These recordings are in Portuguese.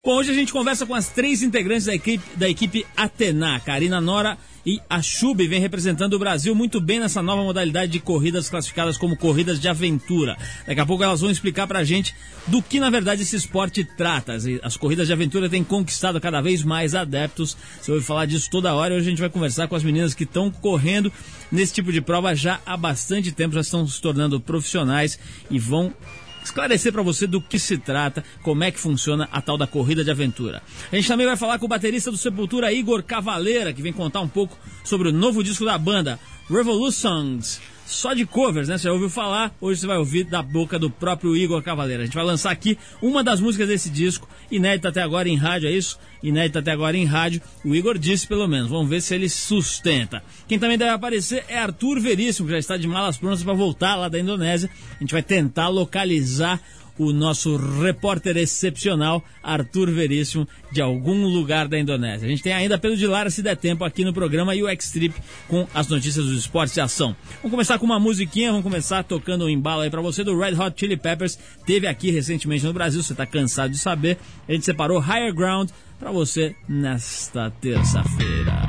Bom, hoje a gente conversa com as 3 integrantes da equipe Atena. Karina Nora e a Chub vem representando o Brasil muito bem nessa nova modalidade de corridas classificadas como corridas de aventura. Daqui a pouco elas vão explicar pra gente do que na verdade esse esporte trata. As corridas de aventura têm conquistado cada vez mais adeptos. Você ouve falar disso toda hora e hoje a gente vai conversar com as meninas que estão correndo nesse tipo de prova já há bastante tempo, já estão se tornando profissionais e vão esclarecer para você do que se trata, como é que funciona a tal da corrida de aventura. A gente também vai falar com o baterista do Sepultura, Igor Cavaleira, que vem contar um pouco sobre o novo disco da banda, Revolutions. Só de covers, né? Você já ouviu falar, hoje você vai ouvir da boca do próprio Igor Cavaleira. A gente vai lançar aqui uma das músicas desse disco, inédita até agora em rádio, é isso? Inédita até agora em rádio, o Igor disse pelo menos, vamos ver se ele sustenta. Quem também deve aparecer é Arthur Veríssimo, que já está de malas prontas para voltar lá da Indonésia. A gente vai tentar localizar o nosso repórter excepcional, Arthur Veríssimo, de algum lugar da Indonésia. A gente tem ainda Pedro de Lara, se der tempo, aqui no programa, e o X-Trip com as notícias dos esportes de ação. Vamos começar com uma musiquinha, vamos começar tocando um embalo aí pra você do Red Hot Chili Peppers. Teve aqui recentemente no Brasil, você tá cansado de saber. A gente separou Higher Ground pra você nesta terça-feira.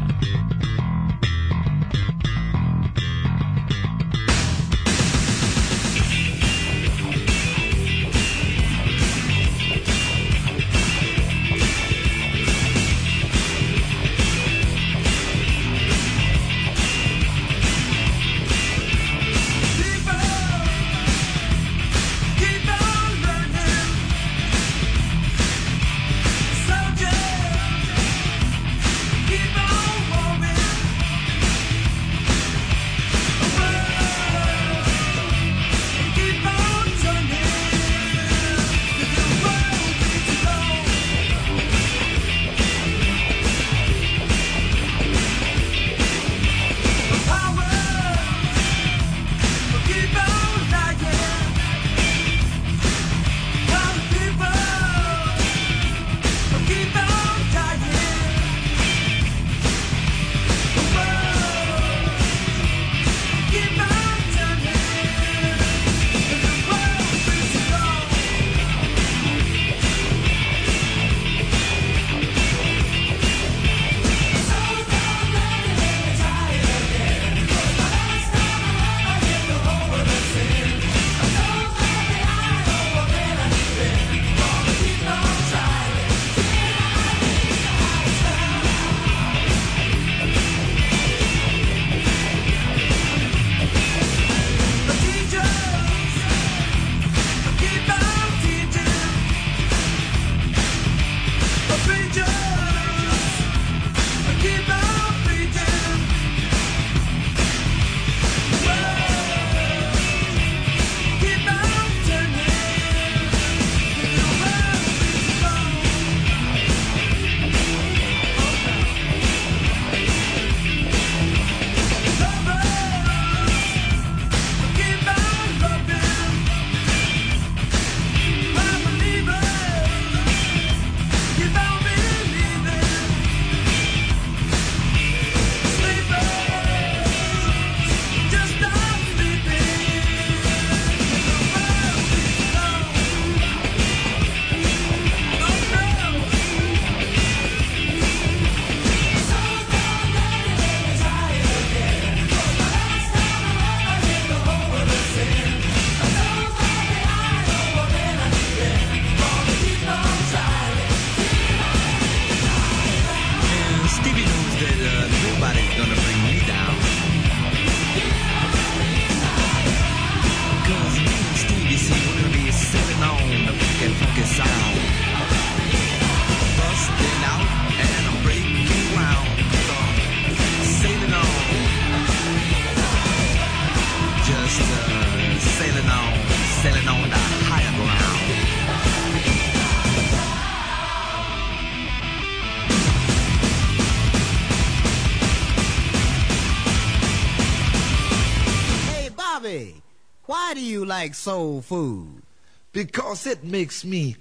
Why do you like soul food? Because it makes me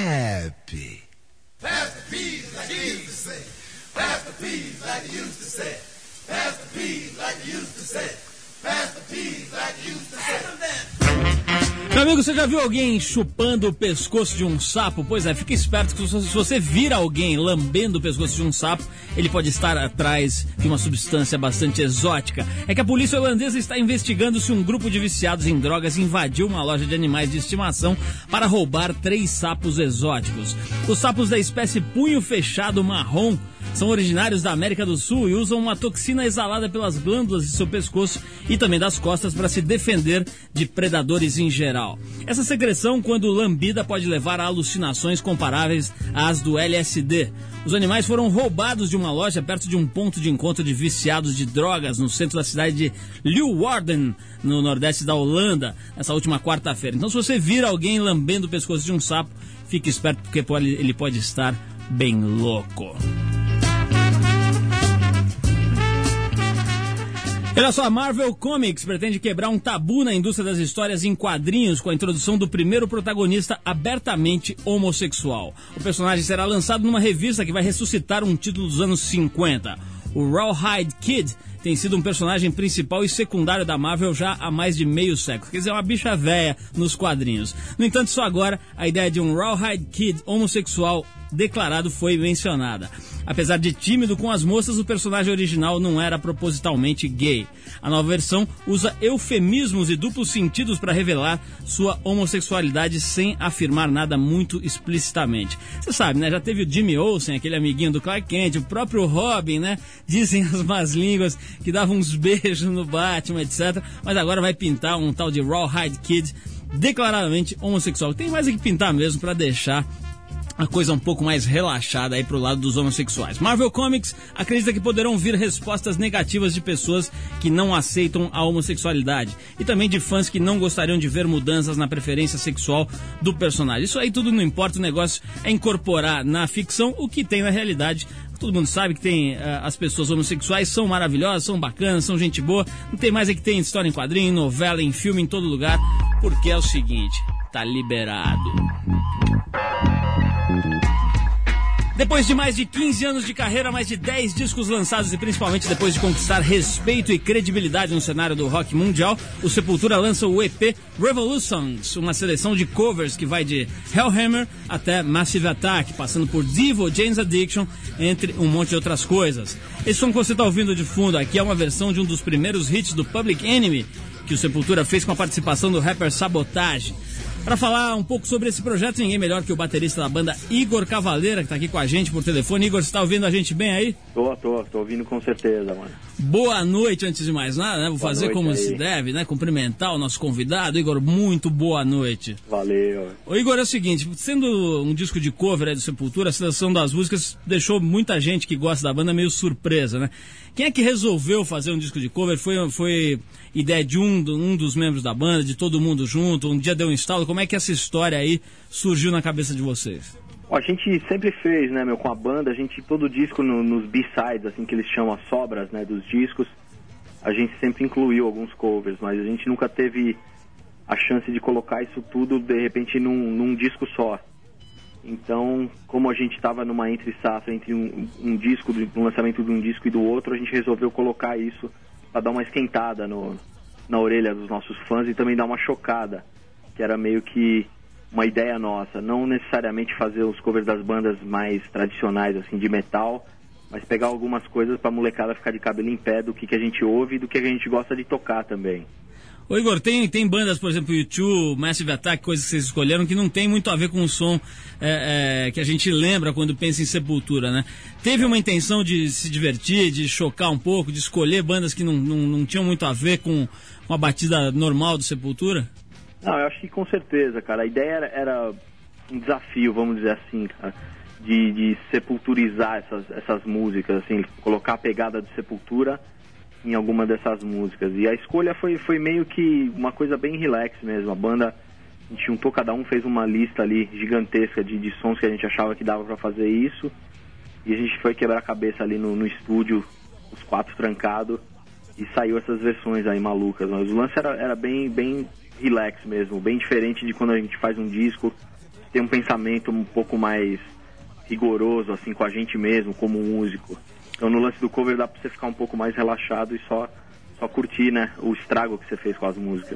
happy. Pass the peas like you used to say. Pass the peas like you used to say. Pass the peas like you used to say. Pass the peas like you used to say. Meu amigo, você já viu alguém chupando o pescoço de um sapo? Pois é, fica esperto que se você vira alguém lambendo o pescoço de um sapo, ele pode estar atrás de uma substância bastante exótica. É que a polícia holandesa está investigando se um grupo de viciados em drogas invadiu uma loja de animais de estimação para roubar 3 sapos exóticos. Os sapos da espécie punho fechado marrom são originários da América do Sul e usam uma toxina exalada pelas glândulas de seu pescoço e também das costas para se defender de predadores em geral. Essa secreção, quando lambida, pode levar a alucinações comparáveis às do LSD. Os animais foram roubados de uma loja perto de um ponto de encontro de viciados de drogas no centro da cidade de Leeuwarden, no nordeste da Holanda, nessa última quarta-feira. Então, se você vira alguém lambendo o pescoço de um sapo, fique esperto porque ele pode estar bem louco. Olha só, a Marvel Comics pretende quebrar um tabu na indústria das histórias em quadrinhos com a introdução do primeiro protagonista abertamente homossexual. O personagem será lançado numa revista que vai ressuscitar um título dos anos 50. O Rawhide Kid tem sido um personagem principal e secundário da Marvel já há mais de meio século. Quer dizer, uma bicha véia nos quadrinhos. No entanto, só agora a ideia de um Rawhide Kid homossexual declarado foi mencionada. Apesar de tímido com as moças, o personagem original não era propositalmente gay. A nova versão usa eufemismos e duplos sentidos para revelar sua homossexualidade sem afirmar nada muito explicitamente. Você sabe, né? Já teve o Jimmy Olsen, aquele amiguinho do Clark Kent, o próprio Robin, né? Dizem as más línguas que dava uns beijos no Batman, etc. Mas agora vai pintar um tal de Rawhide Kid declaradamente homossexual. Tem mais é que pintar mesmo para deixar a coisa um pouco mais relaxada aí pro lado dos homossexuais. Marvel Comics acredita que poderão vir respostas negativas de pessoas que não aceitam a homossexualidade e também de fãs que não gostariam de ver mudanças na preferência sexual do personagem. Isso aí tudo não importa, o negócio é incorporar na ficção o que tem na realidade. Todo mundo sabe que tem as pessoas homossexuais, são maravilhosas, são bacanas, são gente boa. Não tem mais é que tem história em quadrinho, em novela, em filme, em todo lugar, porque é o seguinte, tá liberado. Depois de mais de 15 anos de carreira, mais de 10 discos lançados e principalmente depois de conquistar respeito e credibilidade no cenário do rock mundial, o Sepultura lança o EP Revolutions, uma seleção de covers que vai de Hellhammer até Massive Attack, passando por Devo, Jane's Addiction, entre um monte de outras coisas. Esse som que você está ouvindo de fundo aqui é uma versão de um dos primeiros hits do Public Enemy, que o Sepultura fez com a participação do rapper Sabotage. Para falar um pouco sobre esse projeto, ninguém melhor que o baterista da banda, Igor Cavaleira, que está aqui com a gente por telefone. Igor, você está ouvindo a gente bem aí? Tô ouvindo com certeza, mano. Boa noite, antes de mais nada, né? Vou fazer como aí se deve, né? Cumprimentar o nosso convidado. Igor, muito boa noite. Valeu. Ô Igor, é o seguinte, sendo um disco de cover aí do Sepultura, a seleção das músicas deixou muita gente que gosta da banda meio surpresa, né? Quem é que resolveu fazer um disco de cover? Foi ideia de um dos membros da banda, de todo mundo junto? Um dia deu um instalo? Como é que essa história aí surgiu na cabeça de vocês? A gente sempre fez, né, com a banda, a gente, todo disco nos B-sides, assim que eles chamam as sobras, né, dos discos, a gente sempre incluiu alguns covers, mas a gente nunca teve a chance de colocar isso tudo, de repente, num disco só. Então, como a gente estava numa entre-safra entre um disco, um lançamento de um disco e do outro, a gente resolveu colocar isso para dar uma esquentada na orelha dos nossos fãs e também dar uma chocada, que era meio que uma ideia nossa, não necessariamente fazer os covers das bandas mais tradicionais, assim, de metal, mas pegar algumas coisas pra molecada ficar de cabelo em pé do que a gente ouve e do que a gente gosta de tocar também. Ô Igor, tem bandas, por exemplo, U2, Massive Attack, coisas que vocês escolheram, que não tem muito a ver com o som que a gente lembra quando pensa em Sepultura, né? Teve uma intenção de se divertir, de chocar um pouco, de escolher bandas que não tinham muito a ver com a batida normal do Sepultura? Não, eu acho que com certeza, cara. A ideia era um desafio, vamos dizer assim, cara, de sepulturizar essas músicas, assim, colocar a pegada de Sepultura em alguma dessas músicas. E a escolha foi meio que uma coisa bem relax mesmo. A banda, a gente juntou, cada um fez uma lista ali gigantesca de sons que a gente achava que dava pra fazer isso. E a gente foi quebrar a cabeça ali no estúdio, os 4 trancados, e saiu essas versões aí malucas. Mas o lance era bem relax mesmo, bem diferente de quando a gente faz um disco, tem um pensamento um pouco mais rigoroso, assim, com a gente mesmo, como músico. Então no lance do cover dá pra você ficar um pouco mais relaxado e só só curtir, né, o estrago que você fez com as músicas.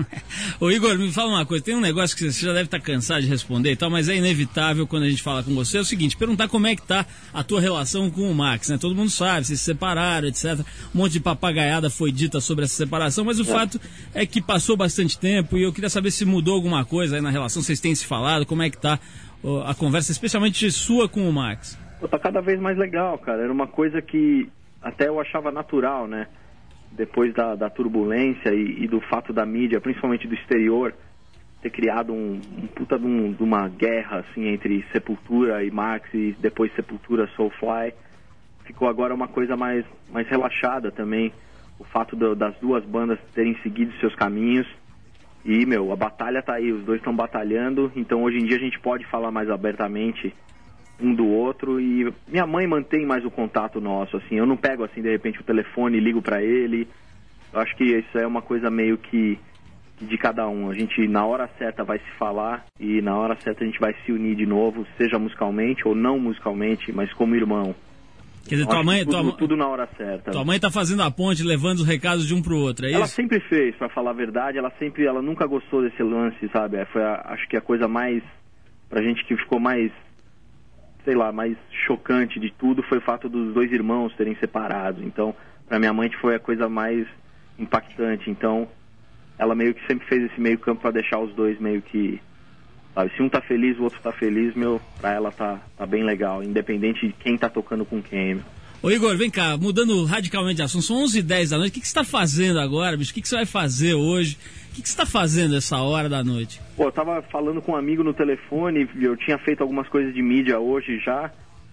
Ô Igor, me fala uma coisa, tem um negócio que você já deve estar cansado de responder e tal, mas é inevitável quando a gente fala com você, é o seguinte, perguntar como é que tá a tua relação com o Max, né? Todo mundo sabe, vocês se separaram, etc. Um monte de papagaiada foi dita sobre essa separação, mas o fato é que passou bastante tempo e eu queria saber se mudou alguma coisa aí na relação, vocês têm se falado, como é que tá a conversa, especialmente sua com o Max. Pô, tá cada vez mais legal, cara. Era uma coisa que até eu achava natural, né? Depois da turbulência e do fato da mídia, principalmente do exterior, ter criado um puta de uma guerra, assim, entre Sepultura e Max e depois Sepultura, Soulfly. Ficou agora uma coisa mais relaxada também. O fato das duas bandas terem seguido seus caminhos. E, a batalha tá aí, os dois estão batalhando. Então, hoje em dia, a gente pode falar mais abertamente um do outro, e minha mãe mantém mais o contato nosso, assim, eu não pego, assim, de repente o telefone e ligo pra ele. Eu acho que isso é uma coisa meio que de cada um, a gente na hora certa vai se falar e na hora certa a gente vai se unir de novo, seja musicalmente ou não musicalmente, mas como irmão. Quer dizer, tua mãe... Tudo na hora certa. Tua mãe tá fazendo a ponte, levando os recados de um pro outro, é isso? Ela sempre fez, pra falar a verdade, ela nunca gostou desse lance, sabe, acho que a coisa mais, pra gente que ficou mais, sei lá, mais chocante de tudo foi o fato dos dois irmãos terem separado. Então, pra minha mãe foi a coisa mais impactante. Então, ela meio que sempre fez esse meio campo pra deixar os dois meio que, sabe, se um tá feliz, o outro tá feliz, pra ela tá bem legal, independente de quem tá tocando com quem. Ô Igor, vem cá, mudando radicalmente de assunto, são 11h10 da noite, o que você tá fazendo agora, bicho? O que você vai fazer hoje? O que você tá fazendo essa hora da noite? Pô, eu tava falando com um amigo no telefone, eu tinha feito algumas coisas de mídia hoje já,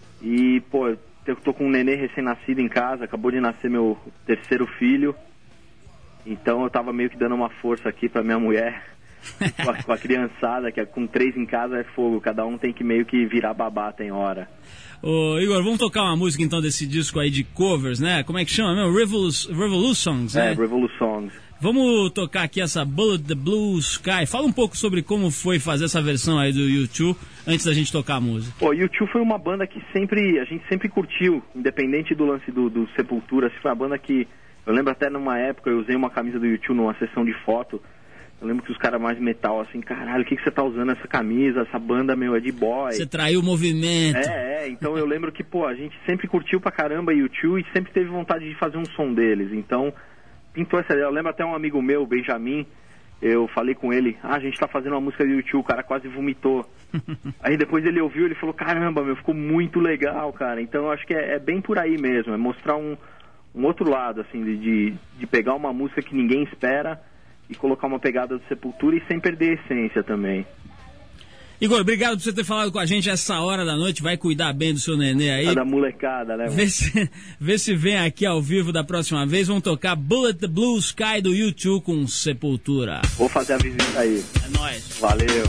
e, pô, eu tô com um nenê recém-nascido em casa, acabou de nascer meu terceiro filho, então eu tava meio que dando uma força aqui pra minha mulher, com a criançada, que com 3 em casa é fogo, cada um tem que meio que virar babá, tem hora. Ô Igor, vamos tocar uma música então desse disco aí de covers, né? Como é que chama mesmo? Revolutions, né? Revolutions. Vamos tocar aqui essa Bullet the Blue Sky. Fala um pouco sobre como foi fazer essa versão aí do U2 antes da gente tocar a música. O U2 foi uma banda que a gente sempre curtiu, independente do lance do Sepultura. Foi uma banda que, eu lembro até numa época, eu usei uma camisa do U2 numa sessão de foto. Eu lembro que os caras mais metal, assim, caralho, o que você tá usando essa camisa? Essa banda, é de boy. Você traiu o movimento. Então eu lembro que, a gente sempre curtiu pra caramba U2 e sempre teve vontade de fazer um som deles. Então, pintou essa ideia. Eu lembro até um amigo meu, Benjamin, eu falei com ele, a gente tá fazendo uma música de U2, o cara quase vomitou. Aí depois ele ouviu, ele falou, caramba, ficou muito legal, cara. Então eu acho que é bem por aí mesmo, é mostrar um outro lado, assim, de pegar uma música que ninguém espera e colocar uma pegada do Sepultura e sem perder a essência também. Igor, obrigado por você ter falado com a gente essa hora da noite. Vai cuidar bem do seu nenê aí. Da molecada, né? Vê se vem aqui ao vivo da próxima vez. Vamos tocar Bullet the Blue Sky do U2 com Sepultura. Vou fazer a visita aí. É nóis. Valeu.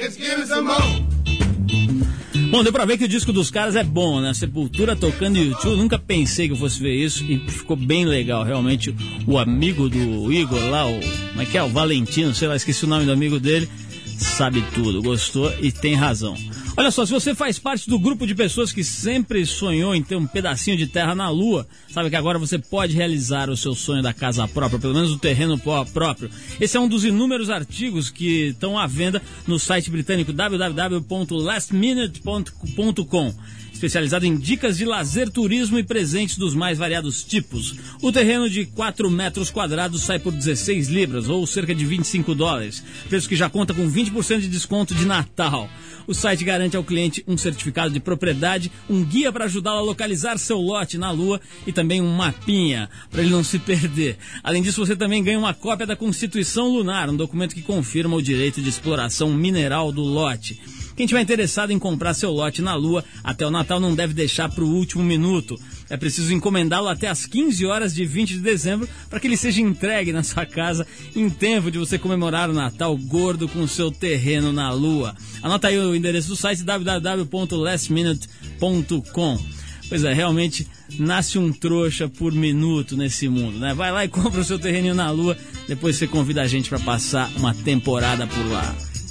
It's give me some more. Bom, deu pra ver que o disco dos caras é bom, né? Sepultura tocando YouTube, nunca pensei que eu fosse ver isso e ficou bem legal. Realmente, o amigo do Igor lá, como é que é? O Valentino, sei lá, esqueci o nome do amigo dele, sabe tudo, gostou e tem razão. Olha só, se você faz parte do grupo de pessoas que sempre sonhou em ter um pedacinho de terra na Lua, sabe que agora você pode realizar o seu sonho da casa própria, pelo menos o terreno próprio. Esse é um dos inúmeros artigos que estão à venda no site britânico www.lastminute.com. Especializado em dicas de lazer, turismo e presentes dos mais variados tipos. O terreno de 4 metros quadrados sai por 16 libras, ou cerca de $25, preço que já conta com 20% de desconto de Natal. O site garante ao cliente um certificado de propriedade, um guia para ajudá-lo a localizar seu lote na Lua e também um mapinha para ele não se perder. Além disso, você também ganha uma cópia da Constituição Lunar, um documento que confirma o direito de exploração mineral do lote. Quem estiver interessado em comprar seu lote na Lua até o Natal não deve deixar para o último minuto. É preciso encomendá-lo até às 15 horas de 20 de dezembro para que ele seja entregue na sua casa em tempo de você comemorar o Natal gordo com o seu terreno na Lua. Anota aí o endereço do site www.lastminute.com. Pois é, realmente nasce um trouxa por minuto nesse mundo, né? Vai lá e compra o seu terreninho na Lua, depois você convida a gente para passar uma temporada por lá.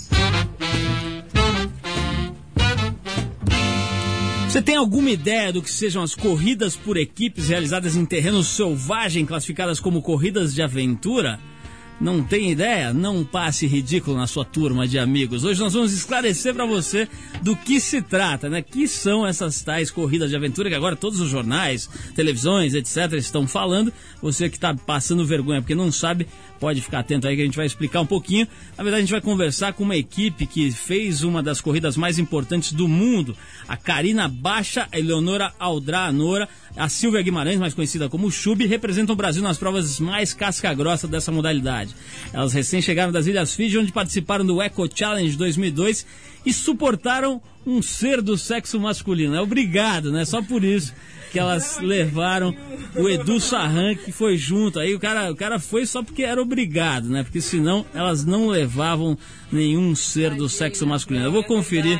Você tem alguma ideia do que sejam as corridas por equipes realizadas em terreno selvagem, classificadas como corridas de aventura? Não tem ideia? Não passe ridículo na sua turma de amigos. Hoje nós vamos esclarecer para você do que se trata, né? Que são essas tais corridas de aventura que agora todos os jornais, televisões, etc. estão falando. Você que está passando vergonha porque não sabe, pode ficar atento aí que a gente vai explicar um pouquinho. Na verdade, a gente vai conversar com uma equipe que fez uma das corridas mais importantes do mundo. A Karina Baixa, a Eleonora Aldranora, a Silvia Guimarães, mais conhecida como Chub, representam o Brasil nas provas mais casca-grossa dessa modalidade. Elas recém chegaram das Ilhas Fiji, onde participaram do Eco Challenge 2002 e suportaram um ser do sexo masculino. É obrigado, né? Só por isso que elas levaram o Edu Sarran, que foi junto. Aí o cara foi só porque era obrigado, né? Porque senão elas não levavam nenhum ser do sexo masculino. Eu vou conferir.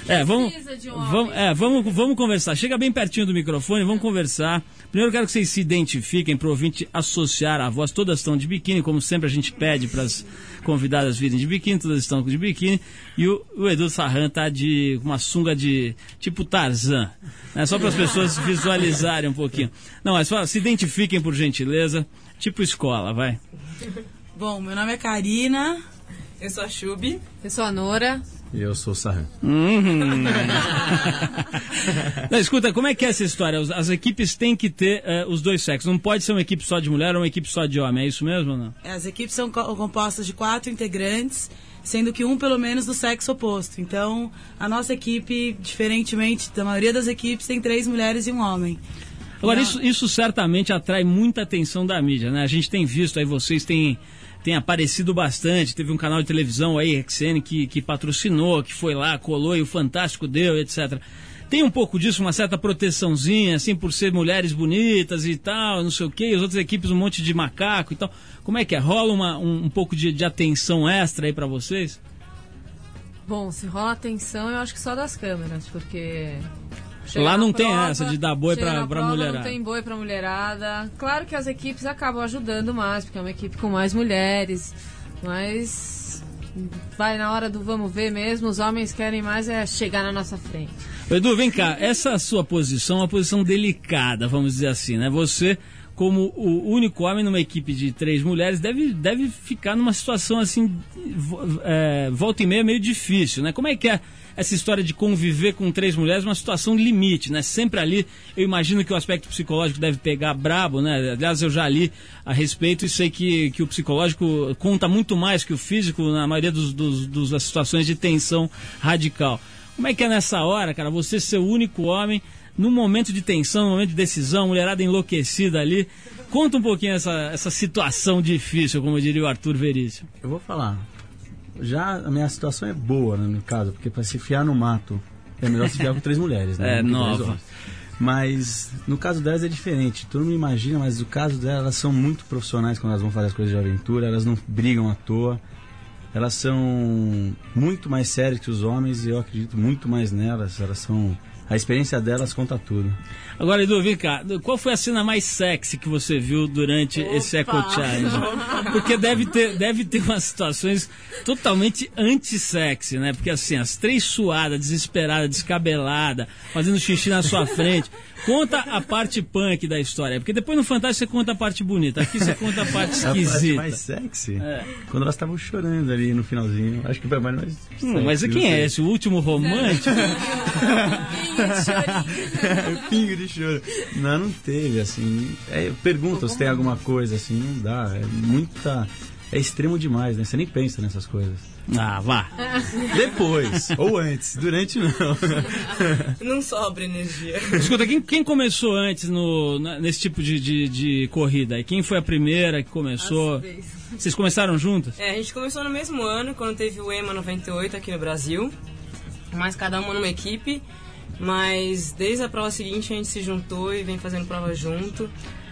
Vamos conversar. Chega bem pertinho do microfone, vamos conversar. Primeiro eu quero que vocês se identifiquem para o ouvinte associar a voz. Todas estão de biquíni, como sempre a gente pede para as convidadas virem de biquíni, todas estão de biquíni. E o Edu Sarran tá de uma sunga de tipo Tarzan, né? Só para as pessoas visualizarem um pouquinho. Não, mas se identifiquem por gentileza, tipo escola, vai. Bom, meu nome é Karina. Eu sou a Chub. Eu sou a Nora. E eu sou o Sarran. Não, escuta, como é que é essa história? As equipes têm que ter os dois sexos. Não pode ser uma equipe só de mulher ou uma equipe só de homem. É isso mesmo ou não? As equipes são compostas de 4 integrantes, sendo que um pelo menos do sexo oposto. Então, a nossa equipe, diferentemente da maioria das equipes, tem 3 mulheres e um homem. Agora, isso certamente atrai muita atenção da mídia, né? A gente tem visto aí, vocês têm aparecido bastante. Teve um canal de televisão aí, XN, que patrocinou, que foi lá, colou e o Fantástico deu, etc. Tem um pouco disso, uma certa proteçãozinha, assim, por ser mulheres bonitas e tal, não sei o quê, as outras equipes um monte de macaco e tal. Como é que é? Rola um pouco de atenção extra aí pra vocês? Bom, se rola atenção, eu acho que só das câmeras, porque... Lá não tem essa de dar boi pra mulherada. Não tem boi pra mulherada. Claro que as equipes acabam ajudando mais, porque é uma equipe com mais mulheres, mas vai na hora do vamos ver mesmo, os homens querem mais é chegar na nossa frente. Edu, vem cá, essa sua posição é uma posição delicada, vamos dizer assim, né? Você, como o único homem numa equipe de 3 mulheres, deve ficar numa situação assim, volta e meia meio difícil, né? Como é que é essa história de conviver com 3 mulheres, uma situação limite, né? Sempre ali, eu imagino que o aspecto psicológico deve pegar brabo, né? Aliás, eu já li a respeito e sei que o psicológico conta muito mais que o físico na maioria das situações de tensão radical. Como é que é nessa hora, cara, você ser o único homem, num momento de tensão, num momento de decisão, mulherada enlouquecida ali? Conta um pouquinho essa situação difícil, como diria o Arthur Veríssimo. Eu vou falar. Já a minha situação é boa, né, no caso, porque para se fiar no mato é melhor se fiar com 3 mulheres, né? É, nova. Mas no caso delas é diferente. Todo mundo imagina, mas no caso delas, elas são muito profissionais quando elas vão fazer as coisas de aventura, elas não brigam à toa. elas são muito mais sérias que os homens e eu acredito muito mais nelas. Elas são... A experiência delas conta tudo. Agora, Edu, vem cá. Qual foi a cena mais sexy que você viu durante esse Eco Challenge? Porque deve ter umas situações totalmente anti-sexy, né? Porque assim, as 3 suadas, desesperadas, descabeladas, fazendo xixi na sua frente. Conta a parte punk da história. Porque depois no Fantástico você conta a parte bonita. Aqui você conta a parte esquisita. A parte mais sexy? Quando elas estavam chorando ali no finalzinho. Acho que foi mais sexy. Mas quem é esse? O último romântico? Pingo de choro. Não teve, assim. Eu pergunto se tem alguma coisa, assim, não dá. É extremo demais, né? Você nem pensa nessas coisas. Ah, vá. Depois, ou antes, durante não. Não sobra energia. Escuta, quem começou antes nesse tipo de corrida? E quem foi a primeira que começou? Vocês começaram juntas? A gente começou no mesmo ano, quando teve o EMA 98 aqui no Brasil. Mas cada uma numa equipe. Mas desde a prova seguinte a gente se juntou e vem fazendo prova junto.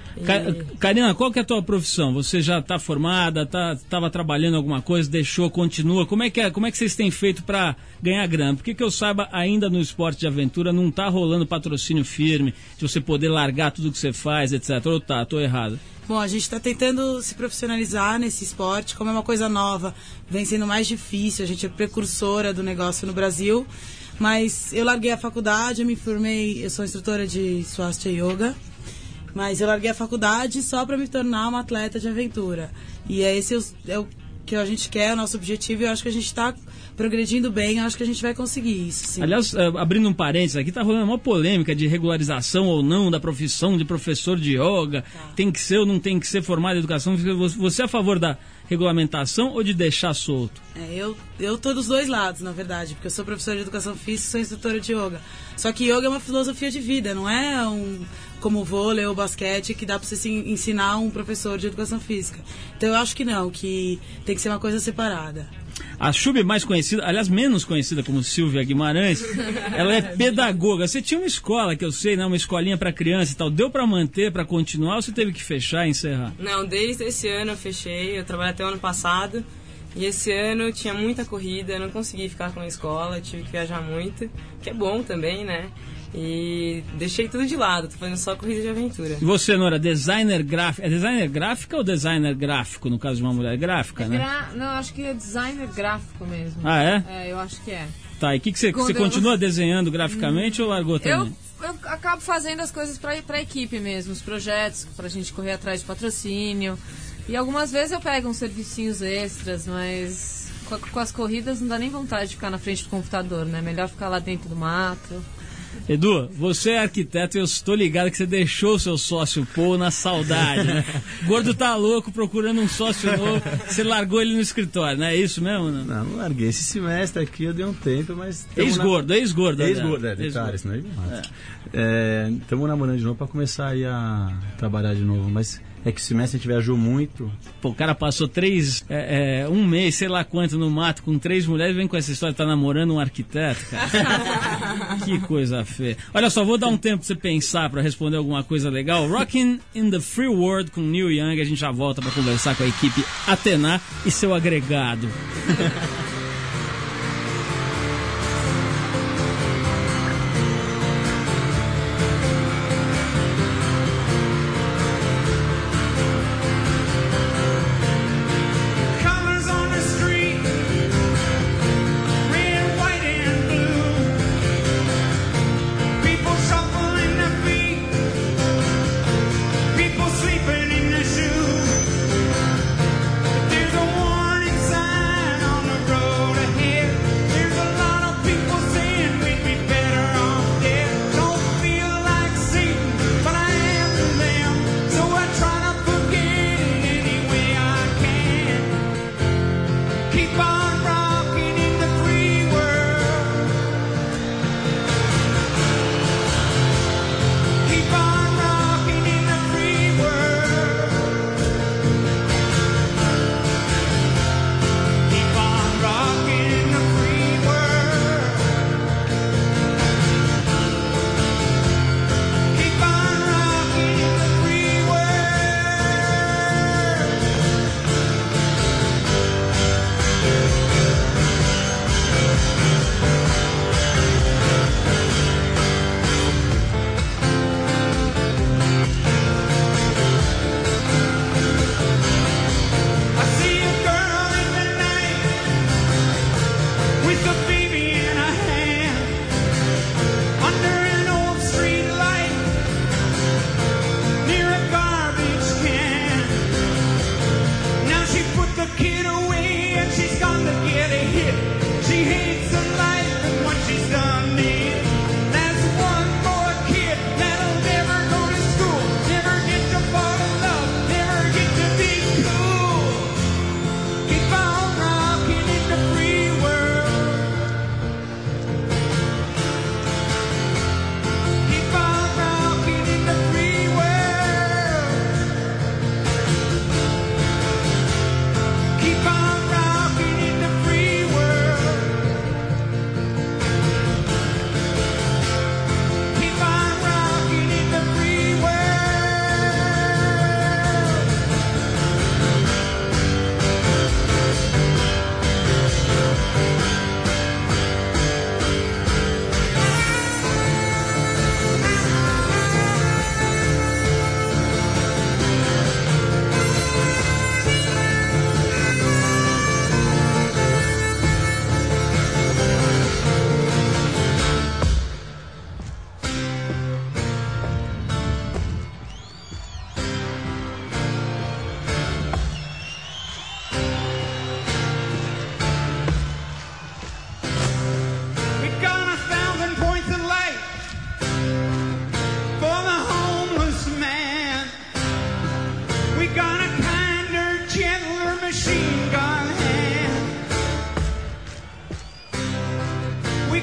Karina, qual que é a tua profissão? Você já está formada, estava trabalhando em alguma coisa, deixou, continua? Como é que vocês têm feito para ganhar grana? Porque que eu saiba, ainda no esporte de aventura não está rolando patrocínio firme, de você poder largar tudo que você faz, etc. Ou estou errado? Bom, a gente está tentando se profissionalizar nesse esporte, como é uma coisa nova, vem sendo mais difícil, a gente é precursora do negócio no Brasil, mas eu larguei a faculdade, eu me formei, eu sou instrutora de Swastika Yoga, mas eu larguei a faculdade só para me tornar uma atleta de aventura. E esse é o que a gente quer, o nosso objetivo, e eu acho que a gente está progredindo bem, eu acho que a gente vai conseguir isso, sim. Aliás, abrindo um parênteses aqui, está rolando uma polêmica de regularização ou não da profissão de professor de yoga. Tem que ser ou não tem que ser formado em educação. Você é a favor da regulamentação ou de deixar solto? Eu tô dos dois lados, na verdade, porque eu sou professora de educação física e sou instrutora de yoga. Só que yoga é uma filosofia de vida, não é como vôlei ou basquete que dá para você ensinar um professor de educação física. Então eu acho que não, que tem que ser uma coisa separada. A Chub, mais conhecida, aliás, menos conhecida como Silvia Guimarães, ela é pedagoga. Você tinha uma escola, que eu sei, né, uma escolinha para criança e tal. Deu para manter, para continuar, ou você teve que fechar e encerrar? Não, desde esse ano eu fechei. Eu trabalhei até o ano passado. E esse ano tinha muita corrida, eu não consegui ficar com a escola, tive que viajar muito, que é bom também, né? E deixei tudo de lado, tô fazendo só corrida de aventura. E você, Nora, designer gráfico? É designer gráfica ou designer gráfico, no caso de uma mulher gráfica, né? Não, acho que é designer gráfico mesmo. Ah, é? É, eu acho que é. Tá, e você continua desenhando graficamente ou largou também? Eu acabo fazendo as coisas pra equipe mesmo, os projetos, pra gente correr atrás de patrocínio. E algumas vezes eu pego uns servicinhos extras, mas com as corridas não dá nem vontade de ficar na frente do computador, né? Melhor ficar lá dentro do mato. Edu, você é arquiteto e eu estou ligado que você deixou o seu sócio Paul na saudade, né? O gordo tá louco procurando um sócio novo, você largou ele no escritório, não é isso mesmo? Não larguei. Esse semestre aqui eu dei um tempo, mas... Ex-gordo. Ex-gordo, detalhe, senão ele mata. Estamos namorando de novo para começar aí a trabalhar de novo, mas... É que o semestre a gente viajou muito. Pô, o cara passou um mês, sei lá quanto, no mato com 3 mulheres, vem com essa história, tá namorando um arquiteto, cara. Que coisa feia. Olha só, vou dar um tempo pra você pensar, pra responder alguma coisa legal. Rockin' in the Free World com Neil Young, a gente já volta pra conversar com a equipe Atena e seu agregado. There's a warning sign on the road.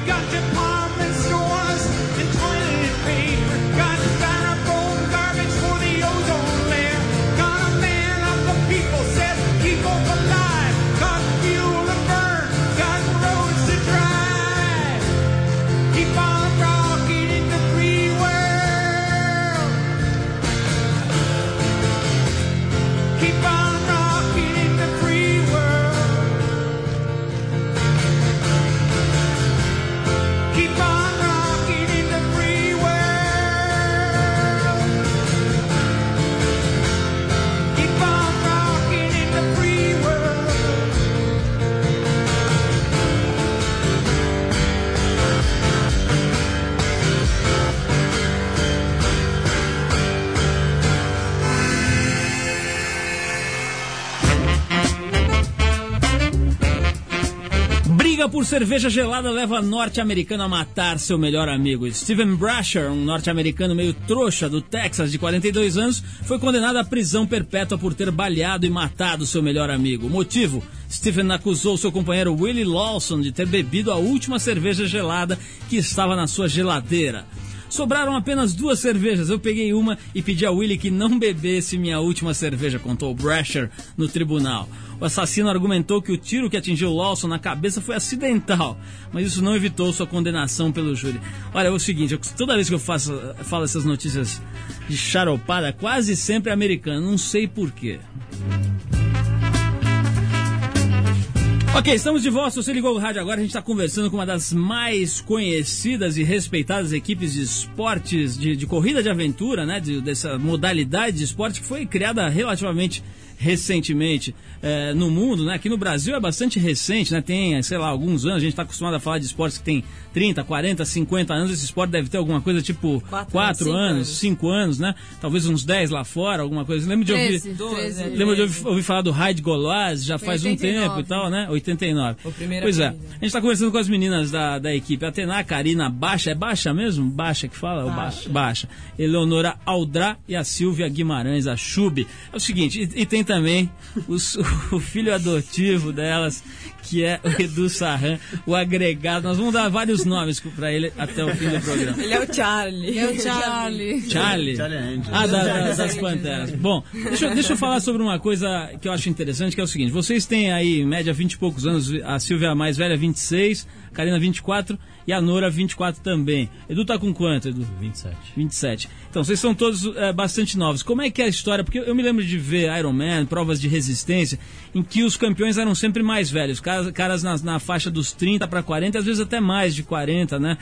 got department stores and toilet paper. Got styrofoam garbage for the ozone layer. Got a man of the people says keep hope alive. Got fuel to burn, got roads to drive. Keep on rocking in the free world. Keep on rocking in the free world. Keep on rocking in the free world. Keep on rocking in the free world. Briga por cerveja gelada leva norte-americano a matar seu melhor amigo. Steven Brasher, um norte-americano meio trouxa do Texas de 42 anos, foi condenado à prisão perpétua por ter baleado e matado seu melhor amigo. O motivo? Steven acusou seu companheiro Willie Lawson de ter bebido a última cerveja gelada que estava na sua geladeira. Sobraram apenas 2 cervejas. Eu peguei uma e pedi a Willie que não bebesse minha última cerveja, contou Brasher no tribunal. O assassino argumentou que o tiro que atingiu Lawson na cabeça foi acidental, mas isso não evitou sua condenação pelo júri. Olha, é o seguinte, toda vez que eu falo essas notícias de charopada, quase sempre é americano, não sei porquê. Ok, estamos de volta. Se você ligou o rádio agora, a gente está conversando com uma das mais conhecidas e respeitadas equipes de esportes, de corrida de aventura, né? Dessa modalidade de esporte que foi criada relativamente recentemente no mundo, né? Aqui no Brasil é bastante recente, né? Tem, sei lá, alguns anos. A gente está acostumado a falar de esportes que tem 30, 40, 50 anos. Esse esporte deve ter alguma coisa tipo 4 anos, 5 anos, né? Talvez uns 10 lá fora, alguma coisa. Lembro de ouvir falar do Raid Golaz, já faz 89, um tempo e tal, né? 89. Pois é. A gente está conversando com as meninas da equipe Atená, Karina Baixa. É Baixa mesmo? Baixa que fala? Baixa. Eleonora Aldrá e a Silvia Guimarães, a Chube. É o seguinte, e tem também o filho adotivo delas, que é o Edu Sarran, o agregado. Nós vamos dar vários nomes para ele até o fim do programa. Ele é o Charlie. Charlie das Panteras. Bom, deixa eu falar sobre uma coisa que eu acho interessante, que é o seguinte. Vocês têm aí, em média, 20 e poucos anos. A Silvia mais velha, 26, a Karina, 24 e a Nora, 24 também. Edu tá com quanto, Edu? 27. Então, vocês são todos bastante novos. Como é que é a história? Porque eu me lembro de ver Ironman, provas de resistência, em que os campeões eram sempre mais velhos. Caras na faixa dos 30 para 40, às vezes até mais de 40, né?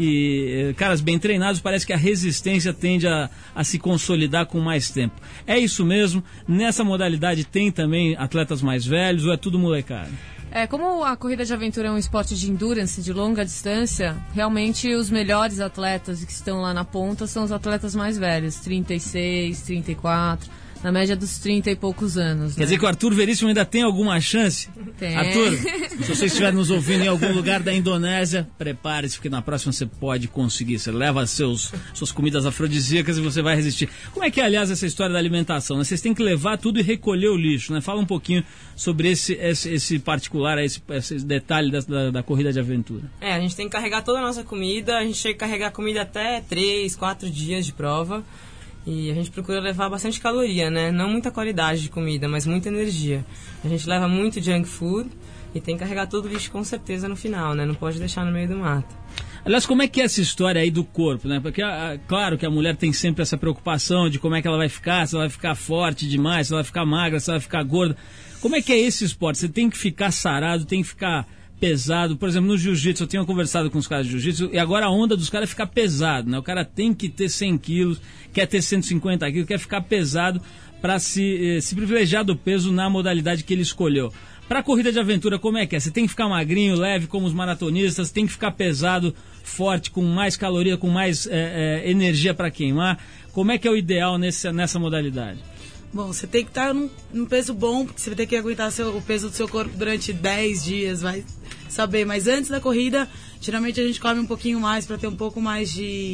E caras bem treinados, parece que a resistência tende a se consolidar com mais tempo. É isso mesmo? Nessa modalidade tem também atletas mais velhos ou é tudo molecada? Como a corrida de aventura é um esporte de endurance, de longa distância, realmente os melhores atletas que estão lá na ponta são os atletas mais velhos, 36, 34, na média dos 30 e poucos anos. Quer dizer que o Arthur Veríssimo ainda tem alguma chance? Tem. Arthur, se você estiver nos ouvindo em algum lugar da Indonésia, prepare-se, porque na próxima você pode conseguir. Você leva suas comidas afrodisíacas e você vai resistir. Como é que é, aliás, essa história da alimentação, né? Vocês têm que levar tudo e recolher o lixo, né? Fala um pouquinho sobre esse particular, esse detalhe da corrida de aventura. A gente tem que carregar toda a nossa comida, a gente chega a carregar comida até 3, 4 dias de prova. E a gente procura levar bastante caloria, né? Não muita qualidade de comida, mas muita energia. A gente leva muito junk food e tem que carregar todo o lixo com certeza no final, né? Não pode deixar no meio do mato. Aliás, como é que é essa história aí do corpo, né? Porque, claro que a mulher tem sempre essa preocupação de como é que ela vai ficar, se ela vai ficar forte demais, se ela vai ficar magra, se ela vai ficar gorda. Como é que é esse esporte? Você tem que ficar sarado, tem que ficar pesado. Por exemplo, no jiu-jitsu, eu tenho conversado com os caras de jiu-jitsu e agora a onda dos caras é ficar pesado, né? O cara tem que ter 100 quilos, quer ter 150 quilos, quer ficar pesado para se privilegiar do peso na modalidade que ele escolheu. Para a corrida de aventura, como é que é? Você tem que ficar magrinho, leve, como os maratonistas, tem que ficar pesado, forte, com mais caloria, com mais energia para queimar. Como é que é o ideal nessa modalidade? Bom, você tem que estar num peso bom, porque você vai ter que aguentar o peso do seu corpo durante 10 dias, vai saber. Mas antes da corrida, geralmente a gente come um pouquinho mais para ter um pouco mais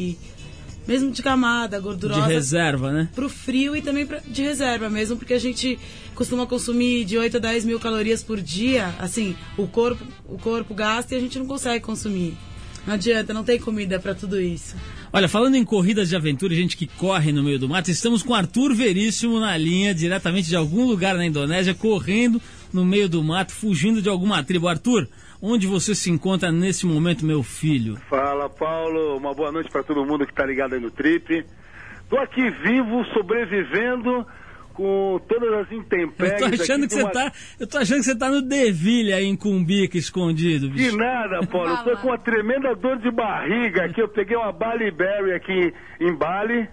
mesmo de camada gordurosa. De reserva, né? Pro frio e também de reserva mesmo, porque a gente costuma consumir de 8 a 10 mil calorias por dia, assim, o corpo gasta e a gente não consegue consumir. Não adianta, não tem comida pra tudo isso. Olha, falando em corridas de aventura e gente que corre no meio do mato, estamos com Arthur Veríssimo na linha, diretamente de algum lugar na Indonésia, correndo no meio do mato, fugindo de alguma tribo. Arthur, onde você se encontra nesse momento, meu filho? Fala, Paulo. Uma boa noite para todo mundo que tá ligado aí no Trip. Tô aqui vivo, sobrevivendo com todas as intempéries. Eu tô achando que você tá no Deville aí em Cumbica, escondido, bicho. De nada, Paulo. Eu tô com uma tremenda dor de barriga aqui. Eu peguei uma Bali Berry aqui em Bali.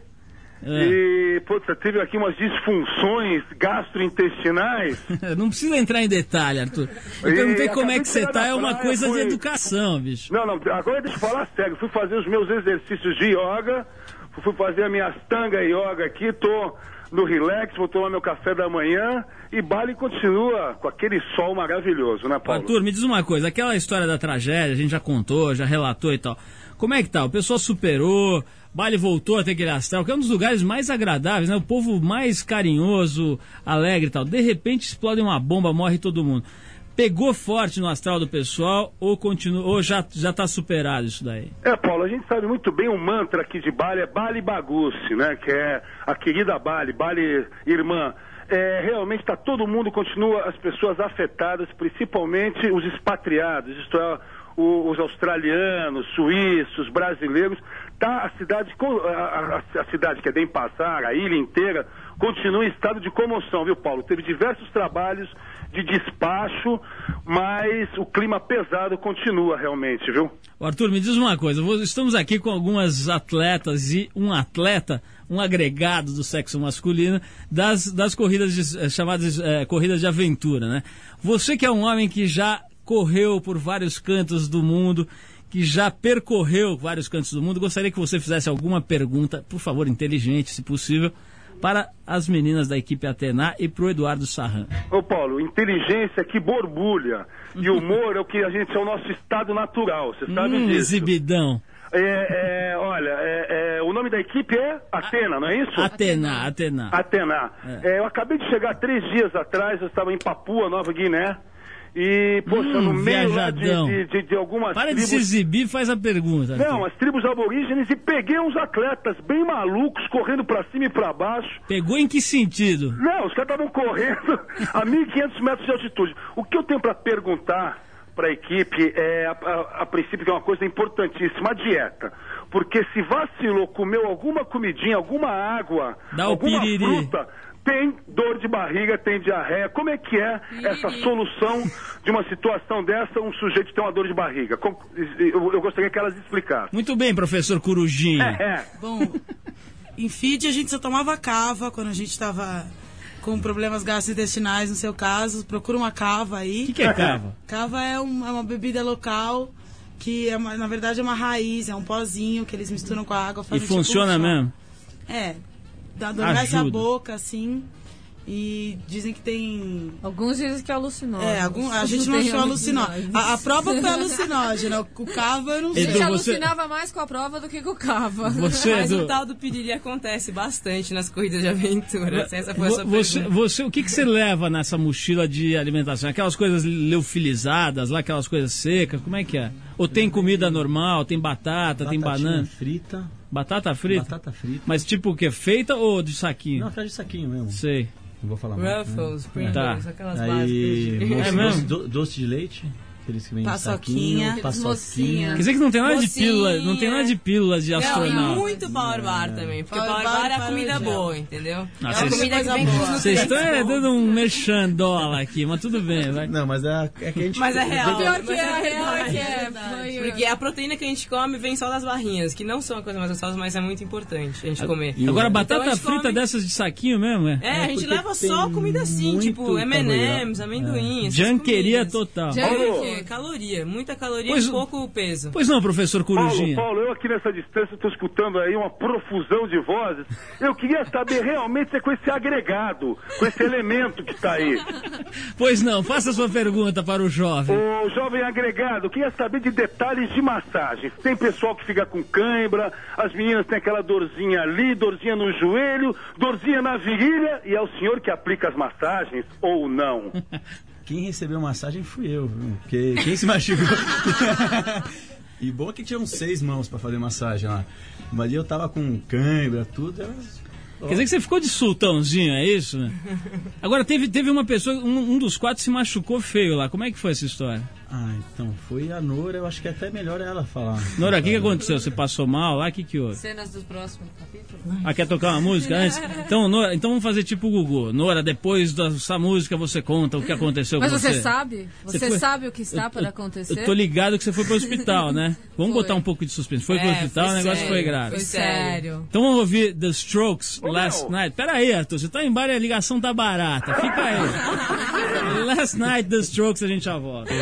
E, putz, eu tive aqui umas disfunções gastrointestinais. Não precisa entrar em detalhe, Arthur. Eu perguntei como é que você tá, é uma coisa de educação, bicho. Não, agora deixa eu falar sério. Fui fazer os meus exercícios de yoga, fui fazer a minha Astanga Yoga aqui, tô no relax, vou tomar meu café da manhã e Bali continua com aquele sol maravilhoso, né, Paulo? Arthur, me diz uma coisa, aquela história da tragédia, a gente já contou, já relatou e tal. Como é que tá? O pessoal superou, Bali voltou a ter aquele astral, que é um dos lugares mais agradáveis, né? O povo mais carinhoso, alegre e tal. De repente explode uma bomba, morre todo mundo. Pegou forte no astral do pessoal ou continua, ou já tá superado isso daí? Paulo, a gente sabe muito bem o mantra aqui de Bali, é Bali Bagusse, né? Que é a querida Bali irmã. Realmente tá todo mundo, continua as pessoas afetadas, principalmente os expatriados, isto é, os australianos, suíços, brasileiros. Tá a cidade que é Denpasar, a ilha inteira, continua em estado de comoção, viu, Paulo? Teve diversos trabalhos de despacho, mas o clima pesado continua realmente, viu? Arthur, me diz uma coisa, estamos aqui com algumas atletas e um atleta, um agregado do sexo masculino, das corridas chamadas corridas de aventura, né? Você que é um homem que já correu por vários cantos do mundo, que já percorreu vários cantos do mundo, gostaria que você fizesse alguma pergunta, por favor, inteligente, se possível, para as meninas da equipe Atena e para o Eduardo Sarran. Ô Paulo, inteligência que borbulha e humor é o que a gente é o nosso estado natural, você sabe disso. Exibidão. O nome da equipe é Atena, não é isso? Atena. Eu acabei de chegar 3 dias atrás, eu estava em Papua Nova Guiné. E, poxa, no meio lá de algumas Para tribos... de se exibir, faz a pergunta. Não, as tribos aborígenes, e peguei uns atletas bem malucos, correndo pra cima e pra baixo. Pegou em que sentido? Não, os caras estavam correndo a 1.500 metros de altitude. O que eu tenho pra perguntar pra equipe é, a princípio, que é uma coisa importantíssima, a dieta. Porque se vacilou, comeu alguma comidinha, alguma água, alguma fruta... Tem dor de barriga, tem diarreia. Como é que é essa solução de uma situação dessa, um sujeito ter uma dor de barriga? Eu gostaria que elas explicassem. Muito bem, professor Corujinha. Bom, em feed a gente só tomava cava quando a gente estava com problemas gastrointestinais, no seu caso. Procura uma cava aí. O que é cava? Cava é uma bebida local que, na verdade, é uma raiz, é um pozinho que eles misturam com a água. E funciona mesmo? Adormece a boca, assim, e dizem que tem... Alguns dizem que é alucinógeno. A gente não achou alucinógeno. A prova foi alucinógena, o cava eu não sei. A gente alucinava mais com a prova do que com o cava. Mas o tal do piriri acontece bastante nas corridas de aventura. Essa foi a sua pergunta. O que você leva nessa mochila de alimentação? Aquelas coisas leofilizadas, lá, aquelas coisas secas, como é que é? Ou tem comida normal, tem batata, tem banana? Frita. Batata frita? Batata frita. Mas tipo o quê? Feita ou de saquinho? Não, de saquinho mesmo. Sei. Não vou falar mais. Ruffles, Pringles, aquelas básicas. Doce de leite. Aqueles que vêm paçoquinha. Quer dizer que não tem nada de pílula, não tem nada de pílulas de astronauta. Não, e muito Power Bar também, porque Power Bar é a comida boa, entendeu? É a comida que vem com os nutrientes. Vocês estão dando um merchandola aqui, mas tudo bem, vai. Não, mas é que a gente... Mas é real. Pior que é real, Porque a proteína que a gente come vem só das barrinhas, que não são a coisa mais gostosa, mas é muito importante a gente comer. Agora, batata frita dessas de saquinho mesmo, a gente leva só comida assim, tipo M&M's, amendoim. Janqueria total. Caloria, muita caloria e pouco peso. Pois não, professor Corujinha. Paulo, eu aqui nessa distância estou escutando aí uma profusão de vozes. Eu queria saber realmente se é com esse agregado, com esse elemento que está aí. Pois não, faça sua pergunta para o jovem. O jovem agregado, eu queria saber de detalhes de massagem. Tem pessoal que fica com cãibra, as meninas têm aquela dorzinha ali, dorzinha no joelho, dorzinha na virilha, e é o senhor que aplica as massagens ou não? Quem recebeu massagem fui eu, viu? Porque quem se machucou... E bom que tinha uns 6 mãos pra fazer massagem lá. Mas eu tava com cãibra, tudo. Quer dizer que você ficou de sultãozinho, é isso? Né? Agora, teve uma pessoa, um dos 4 se machucou feio lá. Como é que foi essa história? Ah, então, foi a Nora, eu acho que é até melhor ela falar. Nora, o que aconteceu? Você passou mal lá? O que houve? Cenas dos próximos capítulos. Ah, quer tocar uma música antes? Então, Nora, então vamos fazer tipo o Gugu. Nora, depois dessa música você conta o que aconteceu Mas com você. Mas você sabe? Você sabe o que está para acontecer? Eu tô ligado que você foi pro hospital, né? Vamos botar um pouco de suspense. Foi pro hospital, o negócio foi grave. Foi sério. Então vamos ouvir The Strokes, Last Night. Pera aí, Arthur, você tá em bar e a ligação tá barata. Fica aí. Last Night, The Strokes, a gente já volta.